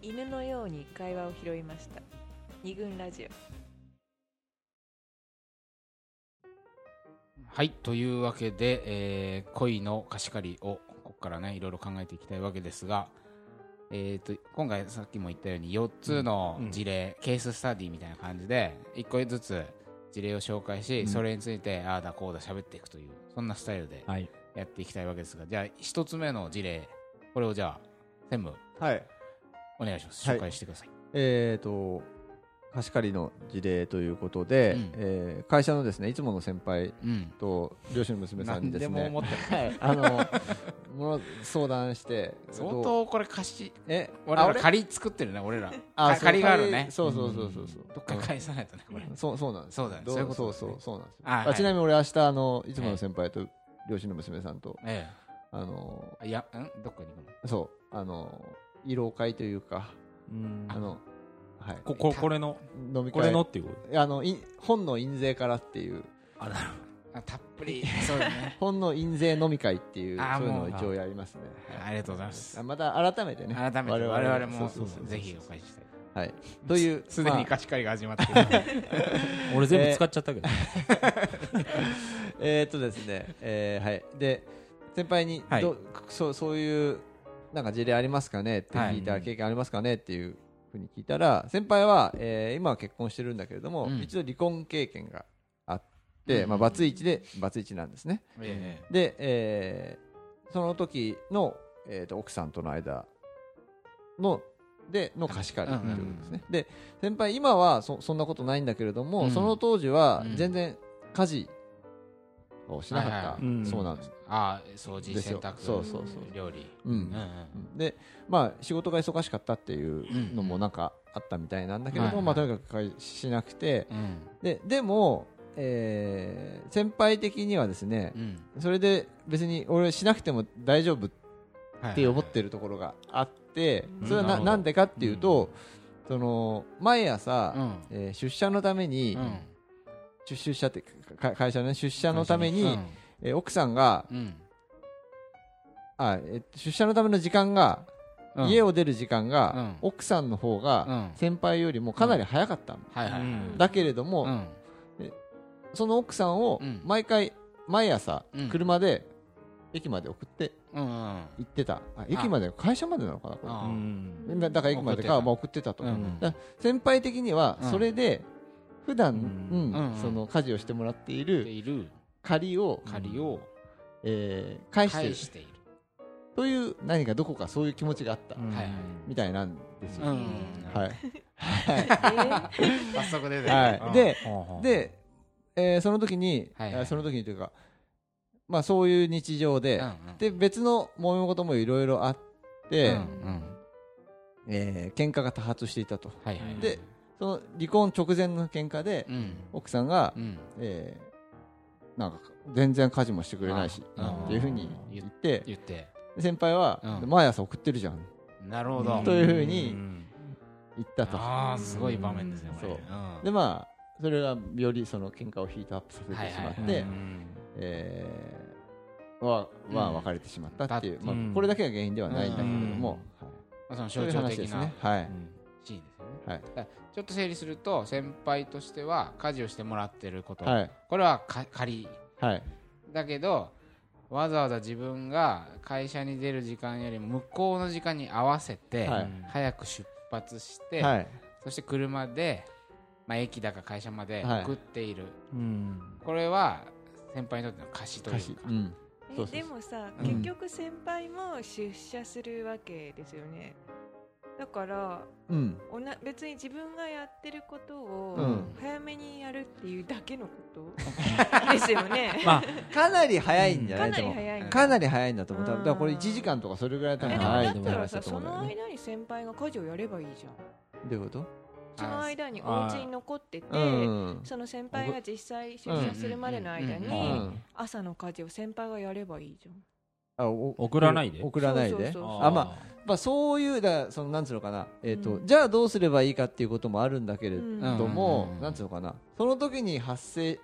犬のように会話を拾いました。二軍ラジオ。 はい、というわけで、恋の貸し借りをここからねいろいろ考えていきたいわけですが、今回さっきも言ったように4つの事例、ケーススタディみたいな感じで1個ずつ事例を紹介し、それについてああだこうだ喋っていくというそんなスタイルでやっていきたいわけですが、じゃあ1つ目の事例、これをじゃあ専務、 はい、 お願いします。紹介してください。 貸し借りの事例ということで、会社のですねいつもの先輩と漁師の娘さんにですね、相談して、 相当これ貸し俺ら借り作ってるね、俺ら借りがあるね。 そうどっか返さないとね、これ。 そうなんです。 そうだね、そういうことですね。 そうなんです。ちなみに俺明日いつもの先輩と漁師の娘さんとどっかに行くの？ そう慰労会というか、はい、 これの飲み会、 これのっていう本の印税からっていう、 たっぷりそうだね本の印税飲み会っていう、そういうのを一応やりますね。 ありがとうございます。 また改めてね、 我々もぜひお返ししたい。 はい、というすでに貸し借りが始まってる俺全部使っちゃったけどですね、はい、で先輩にそういうなんか事例ありますかねって聞いたら、経験ありますかねっていうふうに聞いたら、先輩は今は結婚してるんだけれども、一度離婚経験があって、バツイチなんですね。でその時の奥さんとの間の貸し借りということですね。で先輩今はそんなことないんだけれども、その当時は全然家事をしなかったそうなんです。 掃除、洗濯、料理、で仕事が忙しかったっていうのもなんかあったみたいなんだけれども、とにかくしなくて、でも先輩的にはですね、それで別に俺しなくても大丈夫って思ってるところがあって、それはなんでかっていうと、その毎朝出社のために、出社って会社の出社のために奥さんが出社のための時間が、家を出る時間が奥さんの方が先輩よりもかなり早かったんだけれども、その奥さんを毎朝車で駅まで送って行ってた。駅まで、会社までなのかな、これ。だから駅までか送ってたと。先輩的にはそれで普段その家事をしてもらっている借りを返しているという、何かどこかそういう気持ちがあったみたいなんですよ。 早速出てでその時にというか、そういう日常で別の揉め事もいろいろあって喧嘩が多発していたと。でその離婚直前の喧嘩で奥さんがなんか全然家事もしてくれないしっていうふうに言って先輩は毎朝送ってるじゃん、 なるほどというふうに言ったと。 すごい場面ですね。 でそれがよりその喧嘩をヒートアップさせてしまって別れてしまったっていう、これだけが原因ではないんだけれども、 その象徴的なシーンですよね。ちょっと整理すると、先輩としては家事をしてもらってること、これは借りだけど、わざわざ自分が会社に出る時間よりも向こうの時間に合わせて早く出発して、そして車で駅だか会社まで送っている、これは先輩にとっての貸しというか。 でもさ、結局先輩も出社するわけですよね。だから、別に自分がやってることを早めにやるっていうだけのことですよね。 かなり早いんじゃない？かなり早いんだと思う。だからこれ1時間とかそれぐらい多分早いと思います。 だったらさ、その間に先輩が家事をやればいいじゃん。 どういうこと？ その間にお家に残ってて、その先輩が実際出社するまでの間に朝の家事を先輩がやればいいじゃん。 送らないでそういうそのなんつうのかな、じゃあどうすればいいかっていうこともあるんだけれども、なんつうのかな、その時に発生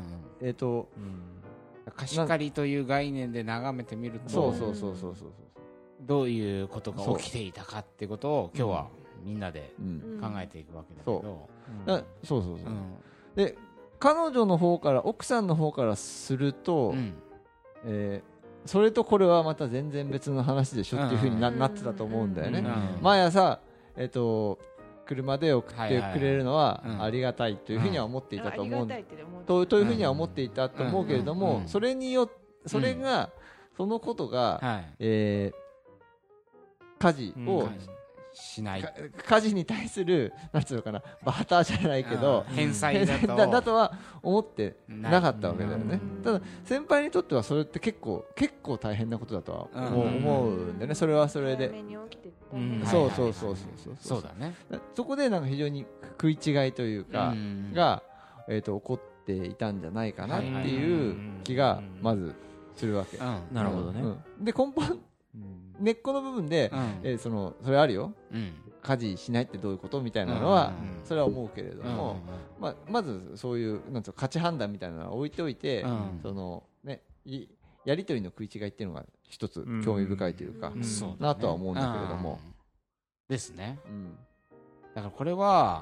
貸し借りという概念で眺めてみると、どういうことが起きていたかっていうことを今日はみんなで考えていくわけだけど、 そうで彼女の方から奥さんの方からすると、それとこれはまた全然別の話でしょっていう風に なってたと思うんだよね。毎朝車で送ってくれるのはありがたいというふうには思っていたと思う、というふうには思っていたと思うけれども、それがそのことが家事をしない、 家事に対するなんていうのかな、バーターじゃないけど返済だとは思ってなかったわけだよね。ただ先輩にとってはそれって結構大変なことだとは思うんでね、それはそれで。そうだね。そこでなんか非常に食い違いというかが起こっていたんじゃないかなっていう気がまずするわけ。 なるほどね。 で根本根っこの部分でそれあるよ、家事しないってどういうことみたいなのはそれは思うけれども、まずそういうなんていうか価値判断みたいなのは置いておいて、そのねやり取りの食い違いっていうのが一つ興味深いというかなとは思うんだけれどもですね。だからこれは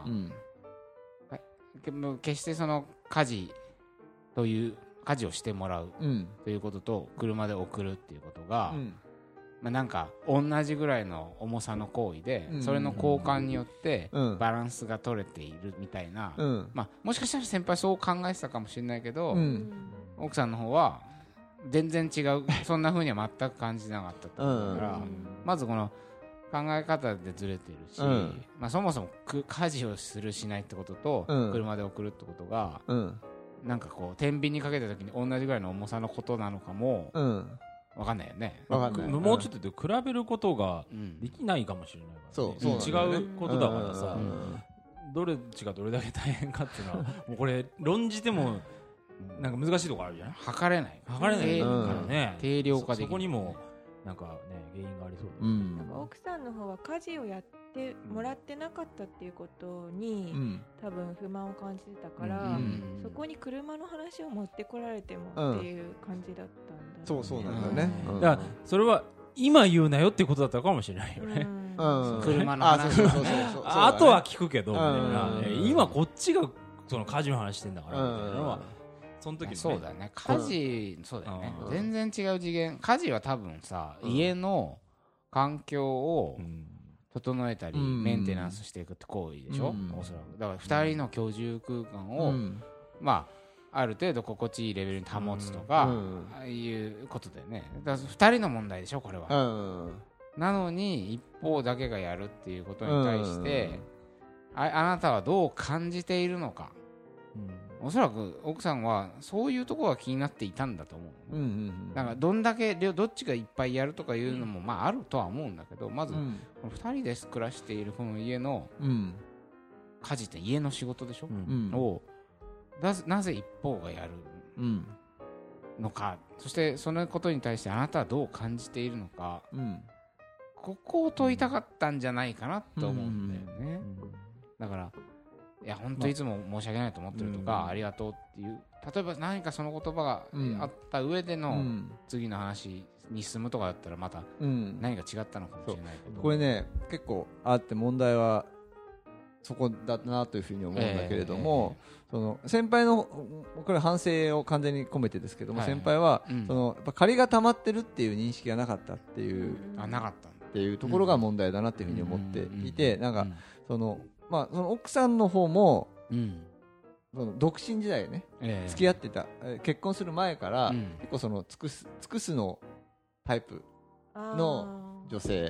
決してその家事をしてもらうということと車で送るっていうことがなんか同じぐらいの重さの行為でそれの交換によってバランスが取れているみたいな、もしかしたら先輩そう考えてたかもしれないけど、奥さんの方は全然違うそんな風には全く感じなかったと思うから、まずこの考え方でずれてるし、そもそも家事をするしないってことと車で送るってことがなんかこう天秤にかけた時に同じぐらいの重さのことなのかも分かんないよね。 もうちょっと比べることができないかもしれないからね。違うことだからさ、どれがどれだけ大変かっていうのはもうこれ論じてもなんか難しいところあるじゃない。 測れないからね。 定量化できる。 そこにもなんかね原因がありそうだね。なんか奥さんの方は家事をやってもらってなかったっていうことに多分不満を感じてたから、そこに車の話を持ってこられてもっていう感じだったんだ。 そうなんだよね。 だからそれは今言うなよっていうことだったかもしれないよね。 車の話あとは聞くけど今こっちがその家事の話してんだからみたいなのはその時にそうだね。家事そうだよね。全然違う次元。家事は多分さ家の環境を整えたりメンテナンスしていくって行為でしょ、おそらく。だから2人の居住空間をある程度心地いいレベルに保つとかいうことだよね。だから2人の問題でしょこれは。なのに一方だけがやるっていうことに対してあなたはどう感じているのか。おそらく奥さんはそういうところが気になっていたんだと思う。だからどんだけどっちがいっぱいやるとかいうのもあるとは思うんだけど、まずこの2人で暮らしているこの家の家事って家の仕事でしょ、をなぜ一方がやるのか、そしてそのことに対してあなたはどう感じているのか、ここを問いたかったんじゃないかなと思うんだよね。だからいや本当いつも申し訳ないと思ってるとか、ありがとうっていう例えば何かその言葉があった上での次の話に進むとかだったらまた何か違ったのかもしれないけど、 これね結構あって問題はそこだなというふうに思うんだけれども、その先輩のこれ反省を完全に込めてですけども、先輩はそのやっぱ借りが溜まってるっていう認識がなかったっていうなかったっていうところが問題だなっていうふうに思っていて、なんかそのその奥さんの方も、その独身時代ね、付き合ってた結婚する前から、結構その尽くすのタイプの女性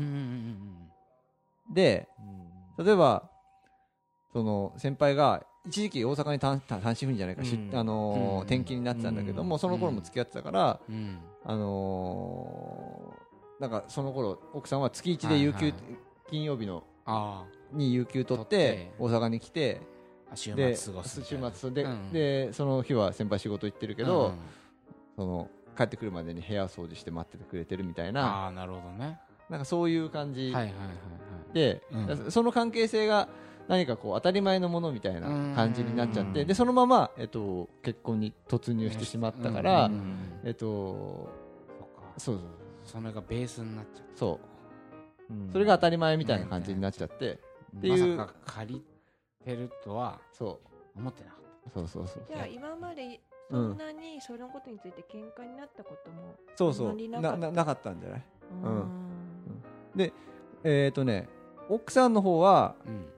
で、例えばその先輩が一時期大阪に単身赴任じゃないか、転勤になってたんだけども、その頃も付き合ってたから、なんかその頃奥さんは月1で有給、金曜日のに有給取って大阪に来て週末過ごすでその日は先輩仕事行ってるけど、その帰ってくるまでに部屋掃除して待っててくれてるみたいな、 なるほどね、 なんかそういう感じで、その関係性が何かこう当たり前のものみたいな感じになっちゃって、でそのまま、結婚に突入してしまったから、 それがベースになっちゃう。 そうそれが当たり前みたいな感じになっちゃってっていう、 まさか借りてるとは思ってなかった。 そうじゃあ今までそんなにそのことについて喧嘩になったこともなかったんじゃない？で奥さんの方は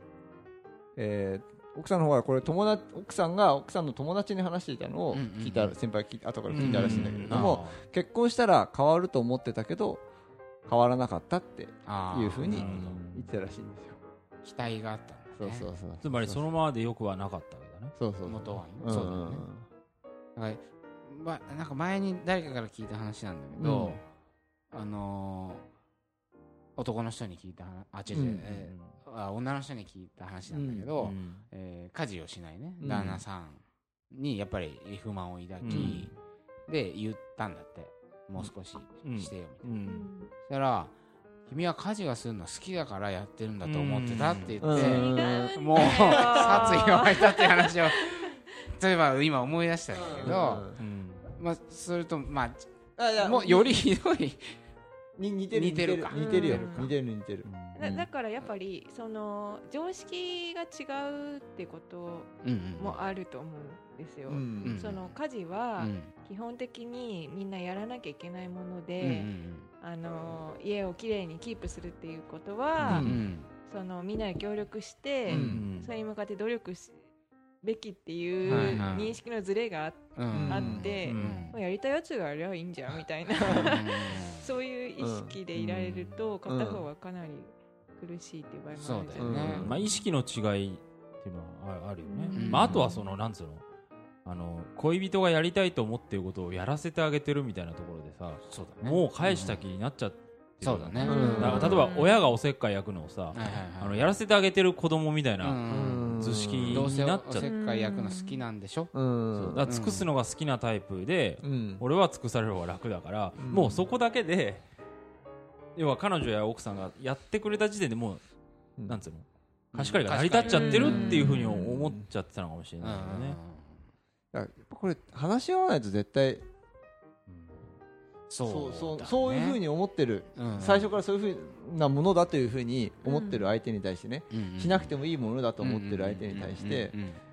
これ奥さんの友達に話していたのを聞いた、先輩後から聞いたらしいんだけれども、結婚したら変わると思ってたけど変わらなかったっていうふうに言ってたらしいんですよ。 期待があったんだね。 そうつまりそのままでよくはなかったわけだね。 そう元はね。そうだね。なんか前に誰かから聞いた話なんだけど、男の人に聞いた女の人に聞いた話なんだけど、家事をしないね旦那さんにやっぱり不満を抱き、で言ったんだって、もう少ししてよみたいな。そしたら君は家事がするの好きだからやってるんだと思ってたって言って、もう殺意が湧いたっていう話を例えば今思い出したんだけど、それともうよりひどい似てるか。 似てる。 だからやっぱりその常識が違うってこともあると思うんですよ。その家事は基本的にみんなやらなきゃいけないもので、家をきれいにキープするっていうことは、そのみんなで協力して、それに向かって努力すべきっていう認識のズレがあって、やりたいやつがやればいいんじゃんみたいなそういう意識でいられると片方はかなり苦しいっていう場合もあるじゃないですか。 意識の違いっていうのはあるよね。あとはそのなんつうの、恋人がやりたいと思っていることをやらせてあげてるみたいなところでさ、もう返した気になっちゃって、 そうだね。 例えば親がおせっかい焼くのをさ、やらせてあげてる子供みたいな図式になっちゃって、 おせっかい焼くの好きなんでしょ。 だから尽くすのが好きなタイプで、俺は尽くされる方が楽だから、もうそこだけで要は彼女や奥さんがやってくれた時点でもう、なんつうの、貸し借りが成り立っちゃってるっていうふうに思っちゃってたのかもしれないよね。 やっぱこれ話し合わないと絶対そういうふうに思ってる、最初からそういうふうなものだというふうに思ってる相手に対してね、しなくてもいいものだと思ってる相手に対して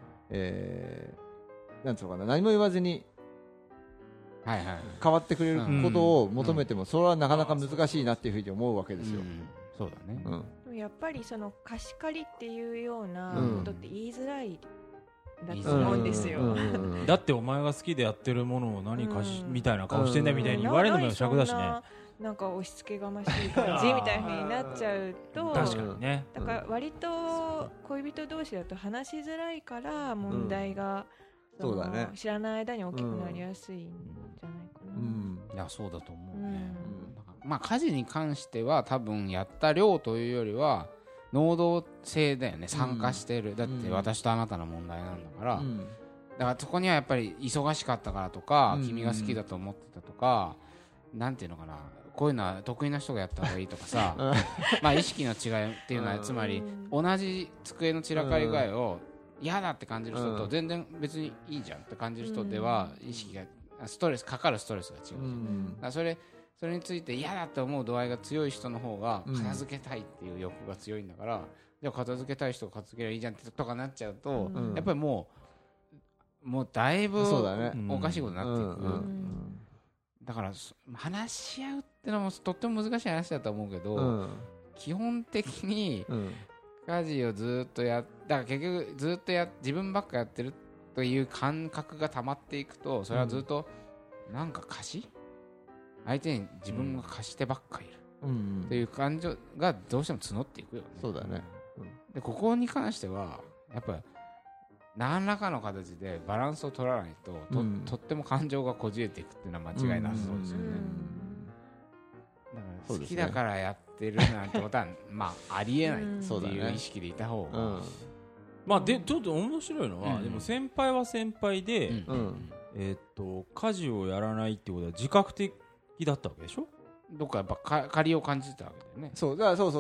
なんつうのかな、何も言わずに変わってくれることを求めても、それはなかなか難しいなっていうふうに思うわけですよ。 そうだね。 やっぱりその貸し借りっていうようなことって言いづらいだと思うんですよ。 だってお前が好きでやってるものを何かみたいな顔してんだみたいに言われるのも尺だしね。 なんか押し付けがましい感じみたいな風になっちゃうと、 確かにね。 だから割と恋人同士だと話しづらいから問題が知らない間に大きくなりやすいんじゃないかな。 いやそうだと思うね。まあ家事に関しては多分やった量というよりは能動性だよね。参加してる、だって私とあなたの問題なんだから、だからそこにはやっぱり忙しかったからとか、君が好きだと思ってたとか、なんていうのかな、こういうのは得意な人がやった方がいいとかさまあ意識の違いっていうのはつまり同じ机の散らかり具合を嫌だって感じる人と全然別にいいじゃんって感じる人では意識がかかるストレスが違うじゃん。だからそれについて嫌だって思う度合いが強い人の方が片付けたいっていう欲が強いんだから、じゃあ片付けたい人が片付ければいいじゃんってとかなっちゃうと、やっぱりもうだいぶおかしいことになっていく。だから話し合うってのもとっても難しい話だと思うけど、基本的に家事をずっとだから結局ずっと自分ばっかやってるという感覚が溜まっていくと、それはずっとなんか相手に自分が貸してばっかりいるっていう感情がどうしても募っていくよね。 そうだね。 でここに関してはやっぱ何らかの形でバランスを取らないと、とっても感情がこじれていくっていうのは間違いなさそうですよね。だから好きだからやってるなんてことはまあありえないっていう意識でいた方が、 まあでちょっと面白いのは、でも先輩は先輩で家事をやらないってことは自覚的だったわけでしょ。 どっかやっぱ借りを感じてたわけだよね。 そうだからそう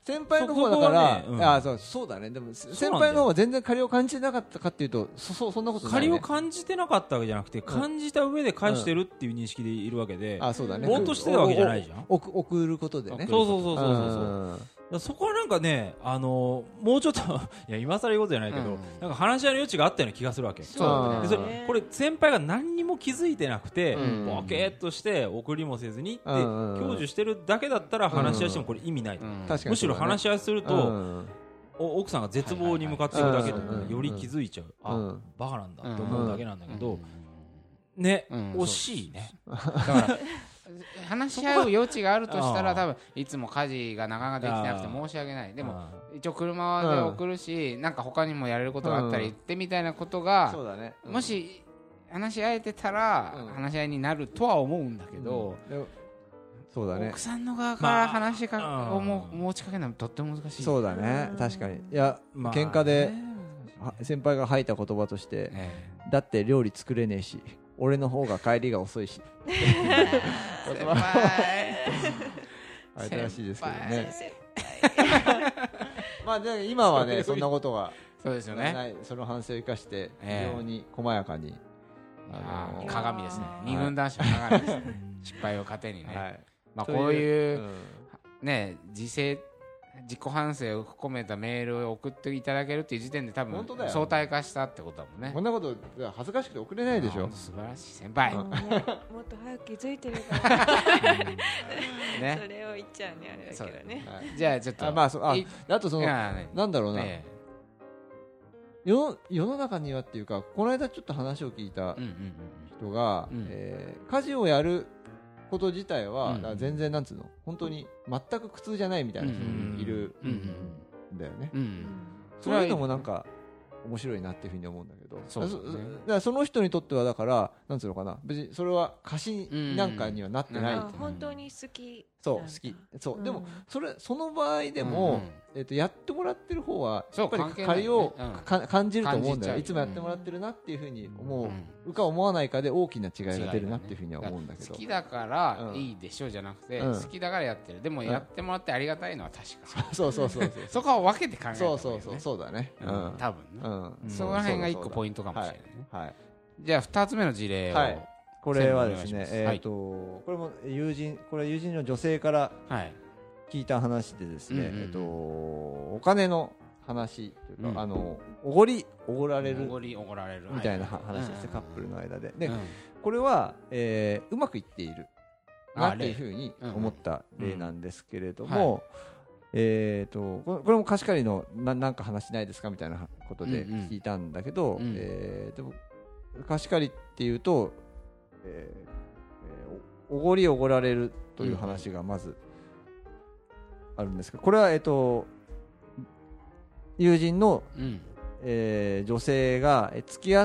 先輩の方だから、そうだね。でも先輩の方は全然借りを感じてなかったかっていうと、そんなことないね。 借りを感じてなかったわけじゃなくて、感じた上で返してるっていう認識でいるわけで、 そうだね。 ぼーっとしてたわけじゃないじゃん。 送ることでね。 そうそこはなんかね、もうちょっといや今更言うことじゃないけど、なんか話し合いの余地があったような気がするわけ。これ先輩が何にも気づいてなくて、ボケーっとして送りもせずにって享受してるだけだったら話し合いしてもこれ意味ないと。むしろ話し合いすると、奥さんが絶望に向かっていくだけでより気づいちゃう。バカなんだって思うだけなんだけど、ね、惜しいね。だから話し合う余地があるとしたら多分いつも家事がなかなかできなくて申し訳ない。でも一応車で送るし、なんか他にもやれることがあったりってみたいなことがもし話し合えてたら話し合いになるとは思うんだけど、 そうだね。 奥さんの側から話を持ちかけるのはとっても難しい。 そうだね。確かに。いや喧嘩で先輩が吐いた言葉として、だって料理作れねえし。俺の方が帰りが遅いし先輩あれらしいですけどね。まあで今はねそんなことがそうですよね。 その反省を生かして非常に細やかに鏡ですね。二軍男子の鏡です。失敗を糧にね。まあこういうね自己反省を含めたメールを送っていただけるっていう時点で多分相対化したってことだもんね。 こんなこと恥ずかしくて送れないでしょ。 素晴らしい先輩。 もっと早く気づいてるからね。 それを言っちゃうねあれだけどね。 じゃあちょっとあとそのなんだろうな、世の中にはっていうかこの間ちょっと話を聞いた人が家事をやること自体は全然なんつうの本当に全く苦痛じゃないみたいな人もいるんだよね。そういうのもなんか面白いなっていうふうに思うんだけど、だからその人にとってはだからなんつうのかな、別にそれは貸しなんかにはなってない。 本当に好き。 そう好き。そうでもその場合でもやってもらってる方はやっぱり借りを感じると思うんだよ。いつもやってもらってるなっていうふうに思うか思わないかで大きな違いが出るなっていうふうには思うんだけど。 好きだからいいでしょじゃなくて好きだからやってる。でもやってもらってありがたいのは確か。 そうそこは分けて考える。 そうだね。 多分ね。その辺が一個ポイントかもしれないね。じゃあ2つ目の事例を。 これはですね、これも友人の女性から聞いた話でですね、お金の話というか、おごられるみたいな話ですね、カップルの間で。で、これはうまくいっているなっていうふうに思った例なんですけれども、これも貸し借りのなんか話ないですかみたいなことで聞いたんだけど、でも貸し借りっていうとおごられるという話がまずあるんですけど、これは友人の女性が付き合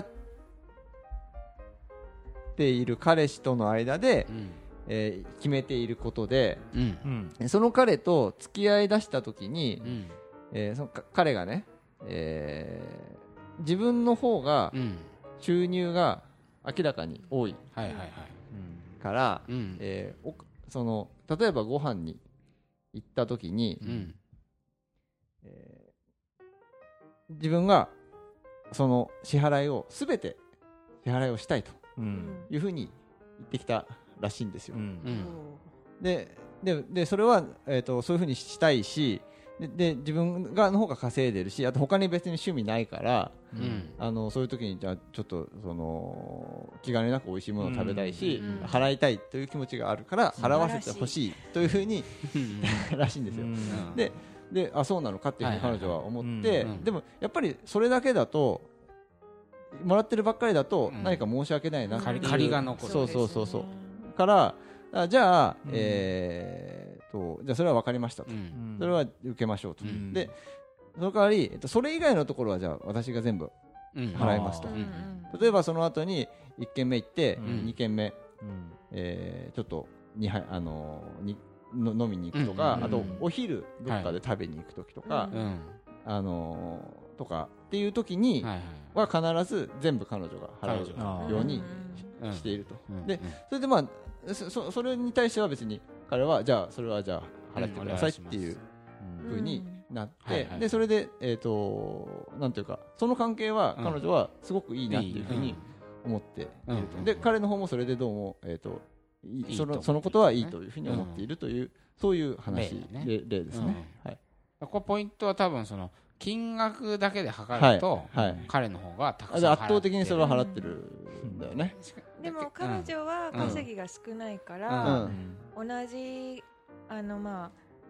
っている彼氏との間で決めていることで、その彼と付き合いだした時にその彼がね自分の方が収入が明らかに多いから、その例えばご飯に行った時に、自分がその支払いを全て支払いをしたいというふうに言ってきたらしいんですよ。でそれは、そういうふうにしたいし、で自分の方が稼いでるし、あと他に別に趣味ないから、そういう時にじゃあちょっとその気兼ねなく美味しいものを食べたいし、払いたいという気持ちがあるから払わせてほしいというふうにらしいんですよ。でそうなのかっていうふうに彼女は思って、でもやっぱりそれだけだともらってるばっかりだと何か申し訳ないなっていう、 借りが残る。 そうからじゃあじゃあそれは分かりましたと、それは受けましょうと、でその代わり、それ以外のところはじゃあ私が全部払いますと、例えばその後に1軒目行って、2軒目、ちょっと飲みに行くとか、あとお昼どっかで食べに行く時とか、とかっていう時には必ず全部彼女が払うようにしていると。でそれでまあそれに対しては別に彼はじゃあそれはじゃあ払ってくださいっていうふうになって、でそれでなんていうかその関係は彼女はすごくいいなっていうふうに思っていると。で彼の方もそれでどうもそのことはいいというふうに思っているというそういう話例ですね。 ここポイントは多分その金額だけで測ると彼の方がたくさん圧倒的にそれは払ってるんだよね。 でも彼女は稼ぎが少ないから同じまあ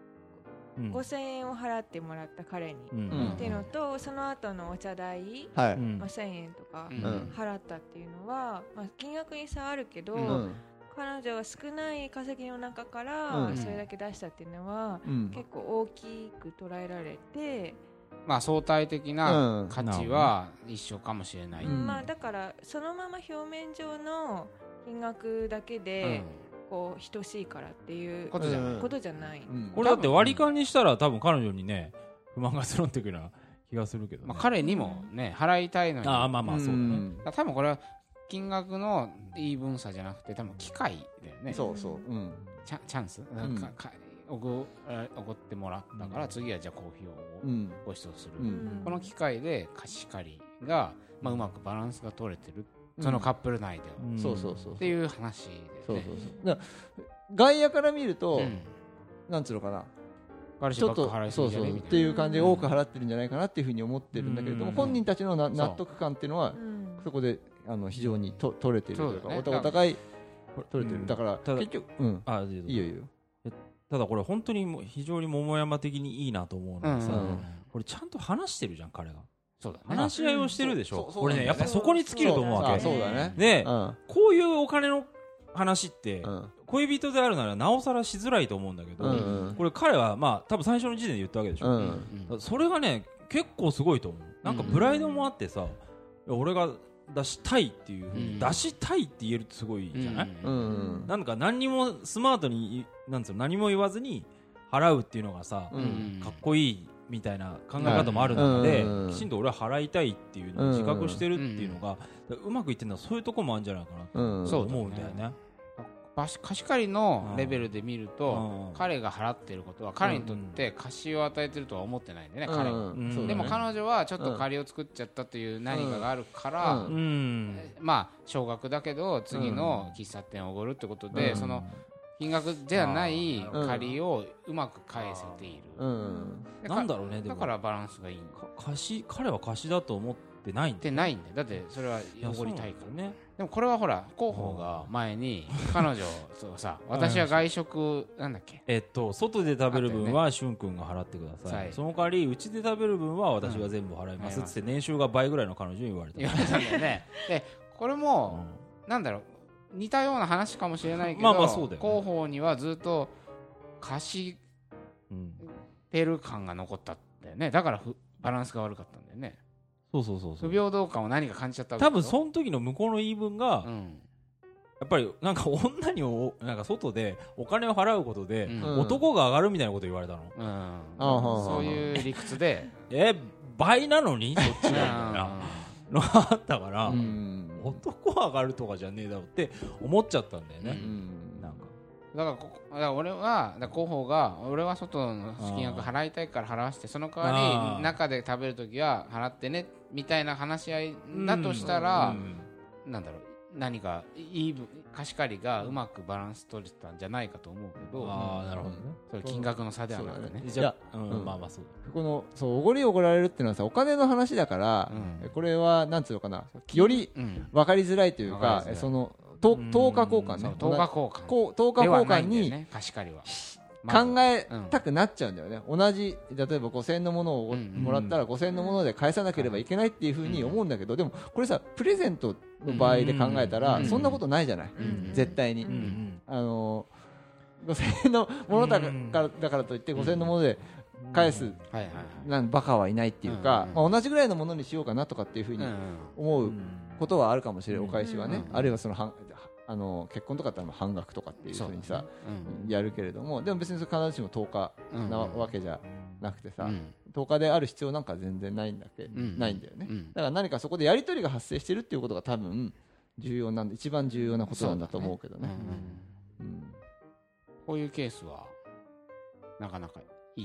5000円を払ってもらった彼にっていうのとその後のお茶代まあ1000円とか払ったっていうのはまあ金額に差あるけど彼女は少ない稼ぎの中からそれだけ出したっていうのは結構大きく捉えられてまあ相対的な価値は一緒かもしれない、 まあだからそのまま表面上の金額だけでこう等しいからっていうことじゃない、 これだって割り勘にしたら多分彼女にね不満が募ってくるような気がするけどね、 まあ、彼にもね払いたいのにまあそうだね、 多分これは金額のイーブンさじゃなくて多分機会だよね。 そうそう、 チャンスおごってもらったから次はじゃあコーヒーをご馳走する、この機会で貸し借りが、まあ、うまくバランスが取れてる、そのカップル内では、 そうそうそうっていう話でね。 だ外野から見ると、なんつうのかなちょっとそうそうっていう感じで多く払ってるんじゃないかなっていうふうに思ってるんだけれども、本人たちの納得感っていうのはそこで非常に取れてるというか、お互い取れてる。だから結局いいよいいよ。 ただこれ本当に非常に桃山的にいいなと思うのはさ、これちゃんと話してるじゃん彼が。 そうだね、 話し合いをしてるでしょ。これねやっぱそこに尽きると思うわけ。 そうだね。 で、こういうお金の話って恋人であるならなおさらしづらいと思うんだけど、これ彼はまあ多分最初の時点で言ったわけでしょ。それがね結構すごいと思う。なんかプライドもあってさ、俺が出したいっていうふうに出したいって言えるってすごいじゃない？なんか何にもスマートになんつうの何も言わずに払うっていうのがさ、かっこいいみたいな考え方もある中で、きちんと俺は払いたいっていうのを自覚してるっていうのがうまくいってるのはそういうところもあるんじゃないかなと思うんだよね。 貸し借りのレベルで見ると、彼が払っていることは彼にとって貸しを与えているとは思ってないんでね、彼は。でも彼女はちょっと借りを作っちゃったという何かがあるから、まあ少額だけど次の喫茶店をおごるってことで、その金額じゃない借りをうまく返せている。 なんだろうね。 だからバランスがいい。 彼は貸しだと思ってないんだ。 だってそれはおごりたいからね。でもこれはほら広報が前に彼女そうさ、私は外食なんだっけ、 外で食べる分はしゅんくんが払ってください、その代わりうちで食べる分は私が全部払いますって年収が倍ぐらいの彼女に言われたんだよね。でこれもなんだろう似たような話かもしれないけど、広報にはずっと貸してる感が残ったんだよね。だからバランスが悪かったんだよね。 そう不平等感を何か感じちゃった。 多分その時の向こうの言い分が、やっぱりなんか女になんか外でお金を払うことで、男が上がるみたいなこと言われたの、そういう理屈で倍なのにそっちがみたいなのがあったから、男上がるとかじゃねえだろって思っちゃったんだよね。 だから俺は広報が俺は外の金額払いたいから払わせて、その代わり中で食べるときは払ってねみたいな話し合いだとしたら、なんだろう何かいい貸し借りがうまくバランス取れたんじゃないかと思うけど、 なるほどね。 それ金額の差ではなくね。 じゃあまあまあそうこのおごりおごられるっていうのはさお金の話だから、これはなんつうのかなより分かりづらいというか、その10日交換ね。 10日交換に貸し借りは考えたくなっちゃうんだよね。同じ例えば5000円のものをもらったら5000円のもので返さなければいけないっていうふうに思うんだけど、でもこれさプレゼントの場合で考えたらそんなことないじゃない、絶対に。5000円のものだからといって5000円のもので返すバカはいないっていうか、同じぐらいのものにしようかなとかっていうふうに思うことはあるかもしれない。お返しはね、あるいはその結婚とかって半額とかっていうふうにさやるけれども、でも別に必ずしも10日なわけじゃなくてさ、10日である必要なんか全然ないんだよね。だから何かそこでやり取りが発生してるっていうことが多分一番重要なことなんだと思うけどね。 こういうケースはなかなかいいですか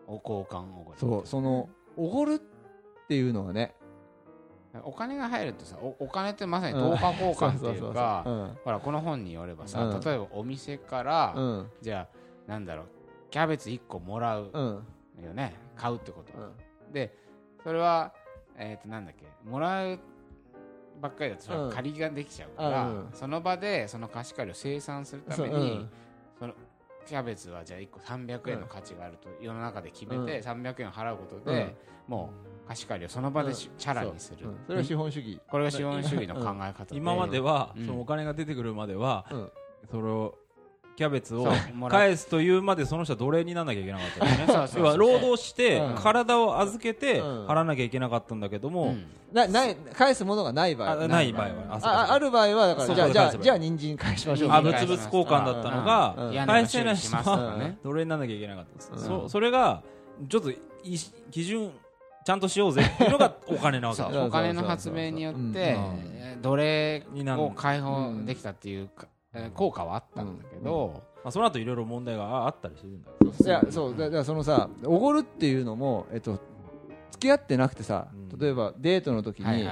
交換おごり。 そうそのおごるっていうのはね、 お金が入るとさ、お金ってまさに等価交換っていうか、ほらこの本によればさ、例えばお店から、じゃあなんだろう、キャベツ1個もらうよね、買うってこと、でそれはなんだっけ、もらうばっかりだとそれは借りができちゃうから、その場でその貸し借りを清算するために、そのキャベツはじゃあ1個300円の価値があると世の中で決めて、300円を払うことで、もう貸し借りをその場でチャラにする、 それは資本主義、 これが資本主義の考え方で、 今まではそのお金が出てくるまでは、それをキャベツを返すというまでその人は奴隷にならなきゃいけなかったんですね。要は労働して体を預けて払わなきゃいけなかったんだけども、 返すものがない場合は、 ない場合は、 ある場合はだからじゃあ人参返しましょう、 物々交換だったのが返せない人は奴隷にならなきゃいけなかったんです。それがちょっと基準ちゃんとしようぜっていうのがお金なわけです。 お金の発明によって奴隷を解放できたっていう効果はあったんだけど、 その後いろいろ問題があったりするんだけど、いやそうだからそのさ、おごるっていうのも付き合ってなくてさ、例えばデートの時に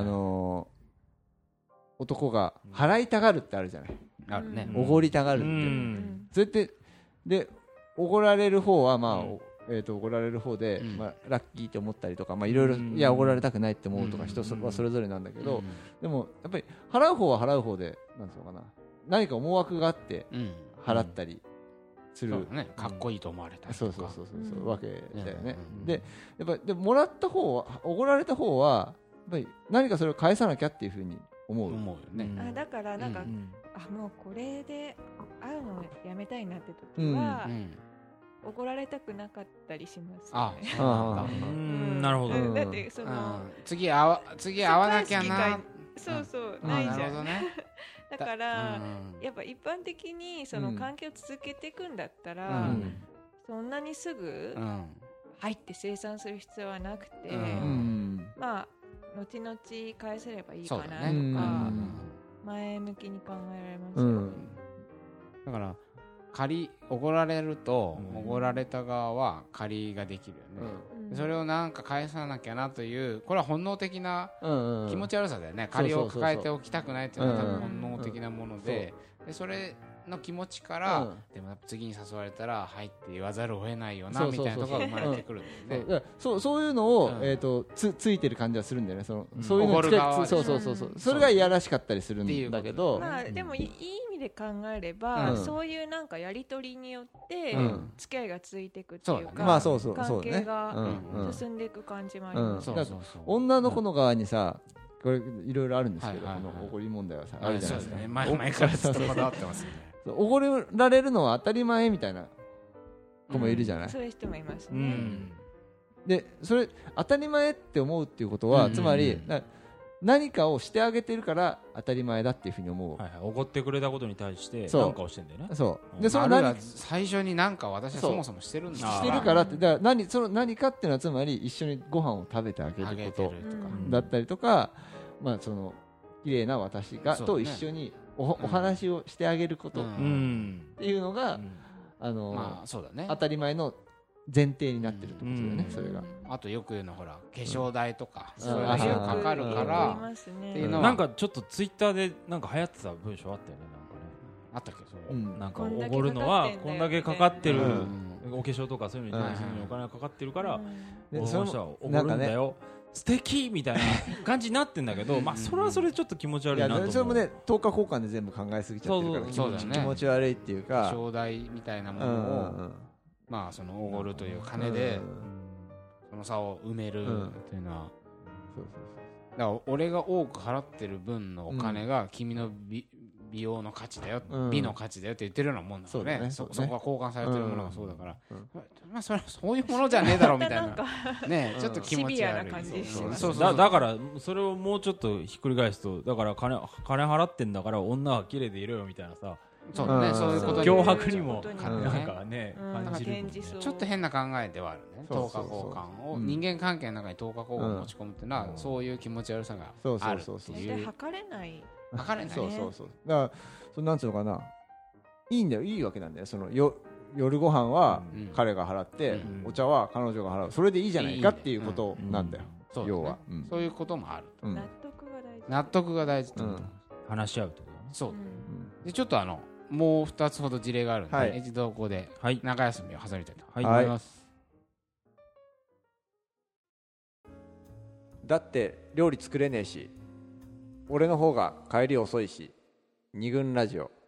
男が払いたがるってあるじゃない、 あるね、 おごりたがるっていう、それってでおごられる方はまあおごられる方でラッキーって思ったりとか、いろいろいやおごられたくないって思うとか人はそれぞれなんだけど、でもやっぱり払う方は払う方でなんていうのかな、何か思惑があって払ったりする、 かっこいいと思われたりとか、 そうわけだよね。でやっぱでもらった方は、おごられた方はやっぱり何かそれを返さなきゃっていうふうに思うよね。 だからなんかもうこれで会うのやめたいなって時はおごられたくなかったりしますよね。 なるほど。 だってその次会わなきゃな、 そうないじゃん。だからやっぱ一般的にその関係を続けていくんだったら、そんなにすぐ入って清算する必要はなくて、まあ後々返せればいいかなとか前向きに考えられますよね。 だからおごられるとおごられた側は借りができるよね、それをなんか返さなきゃなという、これは本能的な気持ち悪さだよね。借りを抱えておきたくないっていうのは多分本能的なもので、それの気持ちから、でも次に誘われたらはいって言わざるを得ないよなみたいなところが生まれてくるんだよね。 そういうのをついてる感じはするんだよね。そういうのをつけて、それがいやらしかったりするんだけど、 でもいい意味で考えれば、そういうなんかやり取りによって付き合いが続いていくっていうか、関係が進んでいく感じもあります。 女の子の側にさ、これいろいろあるんですけど、このおごり問題はさあるじゃないですか。 前からずっとこだわってますよね。 おごられるのは当たり前みたいな子もいるじゃない。 そういう人もいますね。 でそれ当たり前って思うっていうことは、つまり何かをしてあげてるから当たり前だっていうふうに思う。 おごってくれたことに対して何かをしてんだよね。 そうで、その何最初に何か私はそもそもしてるんだしてるからって、だからその何かっていうのはつまり一緒にご飯を食べてあげることだったりとか、その綺麗な私がと一緒にお話をしてあげることっていうのが当たり前の前提になってるってことだよね。それがあとよく言うのほら化粧代とかそういうのがかかるからっていうのは、 なんかちょっとツイッターでなんか流行ってた文章あったよね。 あったっけ、 なんかおごるのはこんだけかかってる、お化粧とかそういうのにお金がかかってるからその人はおごるんだよ、素敵みたいな感じになってんだけど、それはそれちょっと気持ち悪いなと思う。 それもね、等価交換で全部考えすぎちゃってるから気持ち悪いっていうか、 商代みたいなものをそのおごるという金でその差を埋めるというのは、だから俺が多く払ってる分のお金が君の美容の価値だよ、美の価値だよって言ってるようなもんだからね。そこが交換されてるものがそうだから、それはそういうものじゃねえだろみたいなね、ちょっと気持ち悪い。 だからそれをもうちょっとひっくり返すと、だから金払ってんだから女は綺麗でいろよみたいなさ、 そうだね、そういうこと脅迫にもなんかね感じる。 ちょっと変な考えではあるね。等価交換を人間関係の中に等価交換を持ち込むっていうのはそういう気持ち悪さがあるっていう。 測れない測れないね。 だからなんつうのかな、いいんだよ、いいわけなんだよ。その夜ご飯は彼が払って、お茶は彼女が払う、それでいいじゃないかっていうことなんだよ、要は。 そういうこともある。 納得が大事。 話し合うってことね。 そう。でちょっともう2つほど事例があるので、一度ここで長休みを挟みたいと思います。 だって料理作れねえし、俺の方が帰り遅いし。二軍ラジオ。